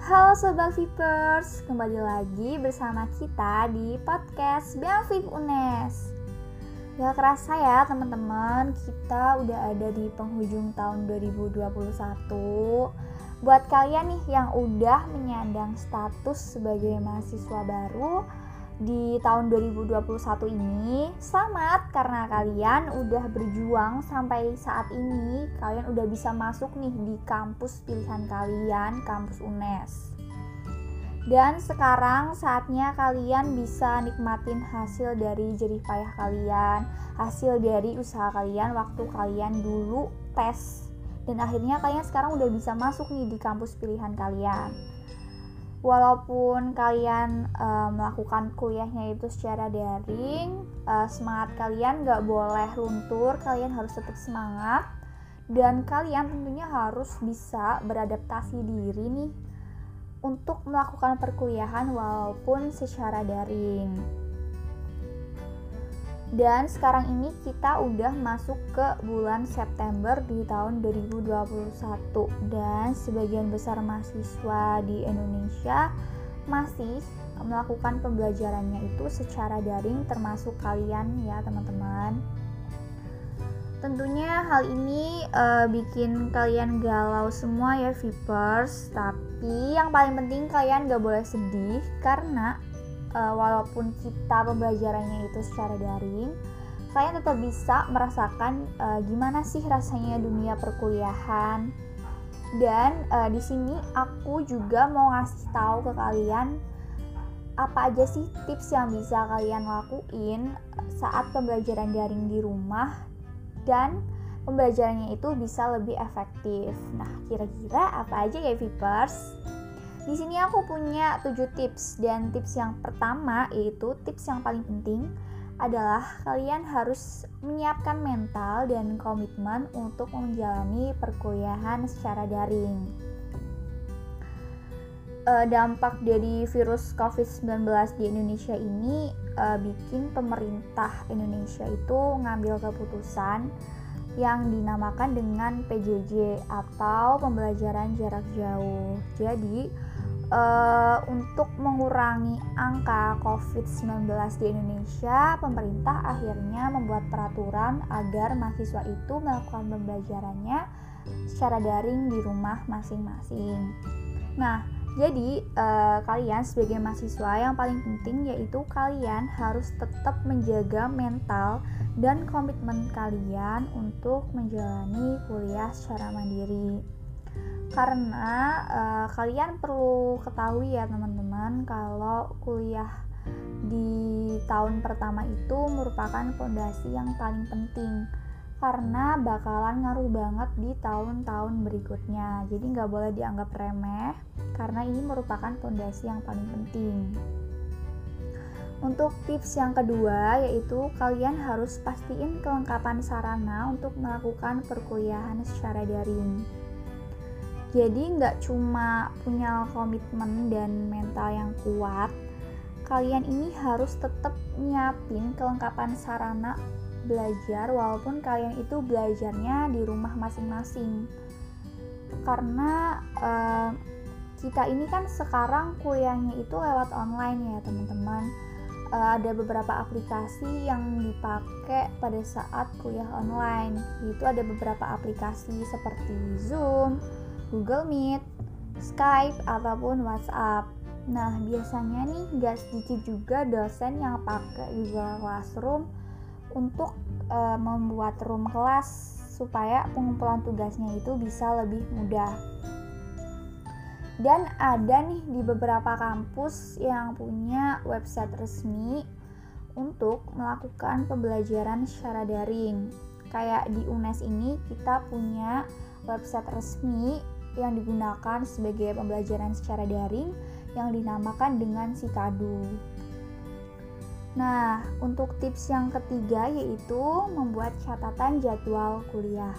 Halo Sobat Vipers, kembali lagi bersama kita di podcast Beamvip UNES. Gak kerasa ya teman-teman, kita udah ada di penghujung tahun 2021. Buat kalian nih yang udah menyandang status sebagai mahasiswa baru di tahun 2021 ini, selamat karena kalian udah berjuang sampai saat ini. Kalian udah bisa masuk nih di kampus pilihan kalian, kampus UNES. Dan sekarang saatnya kalian bisa nikmatin hasil dari jerih payah kalian, hasil dari usaha kalian waktu kalian dulu tes. Dan akhirnya kalian sekarang udah bisa masuk nih di kampus pilihan kalian. Walaupun kalian melakukan kuliahnya itu secara daring, semangat kalian gak boleh luntur, kalian harus tetap semangat. Dan kalian tentunya harus bisa beradaptasi diri nih untuk melakukan perkuliahan walaupun secara daring. Dan sekarang ini kita udah masuk ke bulan September di tahun 2021 dan sebagian besar mahasiswa di Indonesia masih melakukan pembelajarannya itu secara daring, termasuk kalian ya teman-teman. Tentunya hal ini bikin kalian galau semua ya Vipers, tapi yang paling penting kalian gak boleh sedih karena walaupun kita pembelajarannya itu secara daring, kalian tetap bisa merasakan gimana sih rasanya dunia perkuliahan. Dan di sini aku juga mau ngasih tahu ke kalian apa aja sih tips yang bisa kalian lakuin saat pembelajaran daring di rumah dan pembelajarannya itu bisa lebih efektif. Nah, kira-kira apa aja ya Vipers? Di sini aku punya 7 tips, dan tips yang pertama yaitu tips yang paling penting adalah kalian harus menyiapkan mental dan komitmen untuk menjalani perkuliahan secara daring. Dampak dari virus COVID-19 di Indonesia ini bikin pemerintah Indonesia itu ngambil keputusan yang dinamakan dengan PJJ atau pembelajaran jarak jauh. Jadi untuk mengurangi angka COVID-19 di Indonesia, pemerintah akhirnya membuat peraturan agar mahasiswa itu melakukan pembelajarannya secara daring di rumah masing-masing. Nah, jadi kalian sebagai mahasiswa yang paling penting yaitu kalian harus tetap menjaga mental dan komitmen kalian untuk menjalani kuliah secara mandiri. Karena kalian perlu ketahui ya teman-teman, kalau kuliah di tahun pertama itu merupakan fondasi yang paling penting karena bakalan ngaruh banget di tahun-tahun berikutnya. Jadi gak boleh dianggap remeh karena ini merupakan fondasi yang paling penting. Untuk tips yang kedua yaitu kalian harus pastiin kelengkapan sarana untuk melakukan perkuliahan secara daring. Jadi nggak cuma punya komitmen dan mental yang kuat, kalian ini harus tetap nyiapin kelengkapan sarana belajar walaupun kalian itu belajarnya di rumah masing-masing. Karena kita ini kan sekarang kuliahnya itu lewat online ya teman-teman. Ada beberapa aplikasi yang dipakai pada saat kuliah online. Itu ada beberapa aplikasi seperti Zoom, Google Meet, Skype, ataupun WhatsApp. Nah, biasanya nih gak sedikit juga dosen yang pakai Google Classroom untuk membuat room kelas supaya pengumpulan tugasnya itu bisa lebih mudah. Dan ada nih di beberapa kampus yang punya website resmi untuk melakukan pembelajaran secara daring. Kayak di UNES ini kita punya website resmi yang digunakan sebagai pembelajaran secara daring yang dinamakan dengan Sikadu. Nah, untuk tips yang ketiga yaitu membuat catatan jadwal kuliah.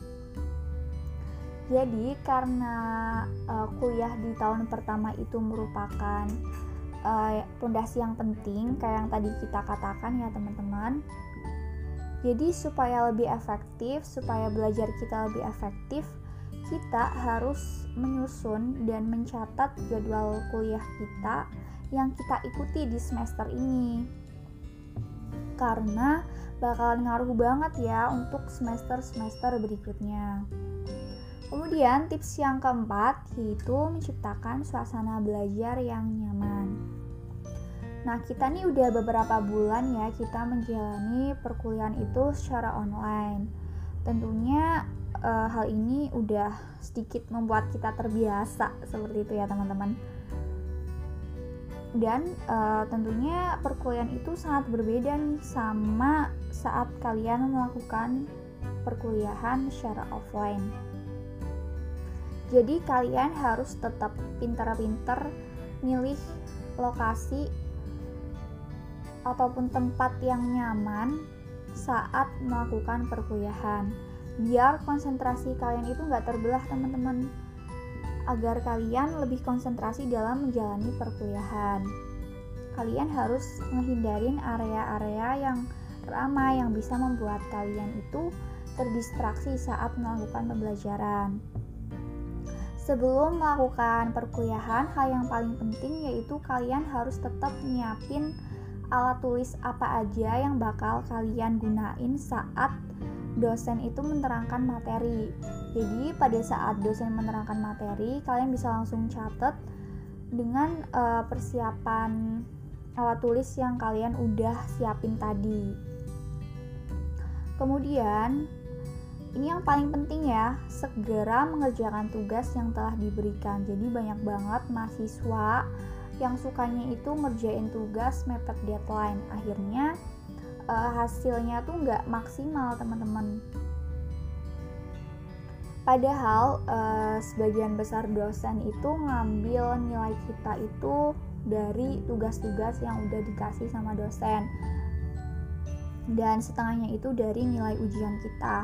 Jadi karena kuliah di tahun pertama itu merupakan fondasi yang penting kayak yang tadi kita katakan ya teman-teman. Jadi supaya lebih efektif, supaya belajar kita lebih efektif, kita harus menyusun dan mencatat jadwal kuliah kita yang kita ikuti di semester ini, karena bakalan ngaruh banget ya untuk semester-semester berikutnya. Kemudian tips yang keempat yaitu menciptakan suasana belajar yang nyaman. Nah, kita nih udah beberapa bulan ya kita menjalani perkuliahan itu secara online. Tentunya hal ini udah sedikit membuat kita terbiasa seperti itu ya teman-teman. Dan tentunya perkuliahan itu sangat berbeda nih sama saat kalian melakukan perkuliahan secara offline. Jadi kalian harus tetap pintar-pintar milih lokasi ataupun tempat yang nyaman saat melakukan perkuliahan, biar konsentrasi kalian itu nggak terbelah teman-teman, agar kalian lebih konsentrasi dalam menjalani perkuliahan. Kalian harus menghindarin area-area yang ramai yang bisa membuat kalian itu terdistraksi saat melakukan pembelajaran. Sebelum melakukan perkuliahan, hal yang paling penting yaitu kalian harus tetap nyiapin alat tulis apa aja yang bakal kalian gunain saat dosen itu menerangkan materi. Jadi pada saat dosen menerangkan materi, kalian bisa langsung catat dengan persiapan alat tulis yang kalian udah siapin tadi. Kemudian ini yang paling penting ya, segera mengerjakan tugas yang telah diberikan. Jadi banyak banget mahasiswa yang sukanya itu ngerjain tugas mepet deadline. Akhirnya hasilnya tuh nggak maksimal teman-teman. Padahal sebagian besar dosen itu ngambil nilai kita itu dari tugas-tugas yang udah dikasih sama dosen. Dan setengahnya itu dari nilai ujian kita.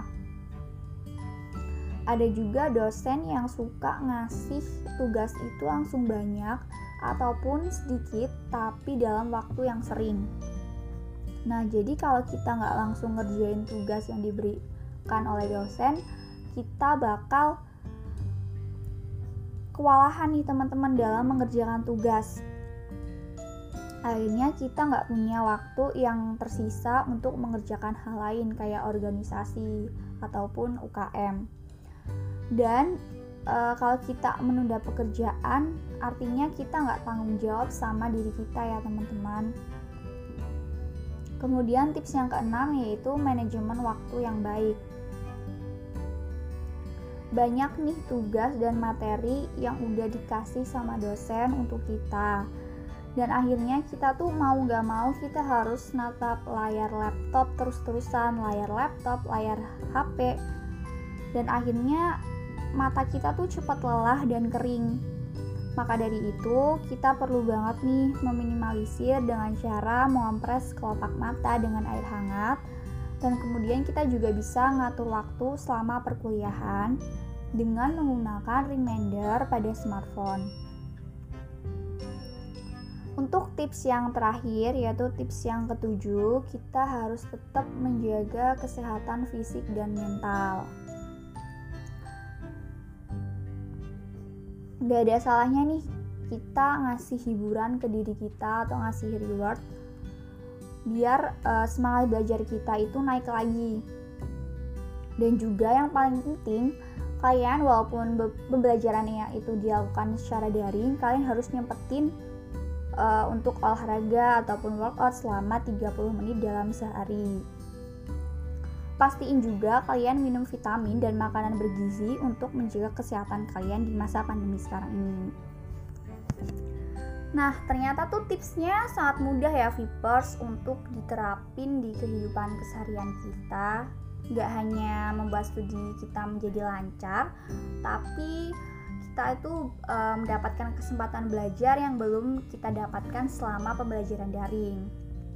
Ada juga dosen yang suka ngasih tugas itu langsung banyak ataupun sedikit tapi dalam waktu yang sering. Nah, jadi kalau kita nggak langsung ngerjain tugas yang diberikan oleh dosen, kita bakal kewalahan nih teman-teman dalam mengerjakan tugas. Akhirnya kita nggak punya waktu yang tersisa untuk mengerjakan hal lain kayak organisasi ataupun UKM. Dan kalau kita menunda pekerjaan, artinya kita nggak tanggung jawab sama diri kita ya teman-teman. Kemudian tips yang keenam yaitu manajemen waktu yang baik. Banyak nih tugas dan materi yang udah dikasih sama dosen untuk kita. Dan akhirnya kita tuh mau gak mau kita harus natap layar laptop terus-terusan, layar laptop, layar HP. Dan akhirnya mata kita tuh cepat lelah dan kering. Maka dari itu kita perlu banget nih meminimalisir dengan cara mengompres kelopak mata dengan air hangat. Dan kemudian kita juga bisa ngatur waktu selama perkuliahan dengan menggunakan reminder pada smartphone. Untuk tips yang terakhir yaitu tips yang ketujuh, kita harus tetap menjaga kesehatan fisik dan mental. Gak ada salahnya nih kita ngasih hiburan ke diri kita atau ngasih reward biar semangat belajar kita itu naik lagi. Dan juga yang paling penting, kalian walaupun pembelajarannya itu dilakukan secara daring, kalian harus nyempetin untuk olahraga ataupun workout selama 30 menit dalam sehari. Pastiin juga kalian minum vitamin dan makanan bergizi untuk menjaga kesehatan kalian di masa pandemi sekarang ini. Nah, ternyata tuh tipsnya sangat mudah ya Vipers untuk diterapin di kehidupan keseharian kita. Gak hanya membuat studi kita menjadi lancar, tapi kita itu mendapatkan kesempatan belajar yang belum kita dapatkan selama pembelajaran daring.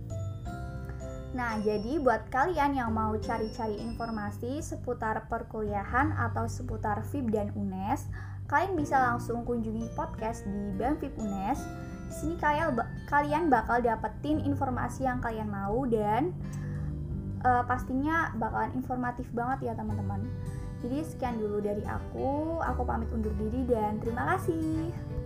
Nah, jadi buat kalian yang mau cari-cari informasi seputar perkuliahan atau seputar FIB dan UNES, kalian bisa langsung kunjungi podcast di BEM FIB UNES. Di sini kalian bakal dapetin informasi yang kalian mau dan pastinya bakalan informatif banget ya teman-teman. Jadi sekian dulu dari aku pamit undur diri dan terima kasih.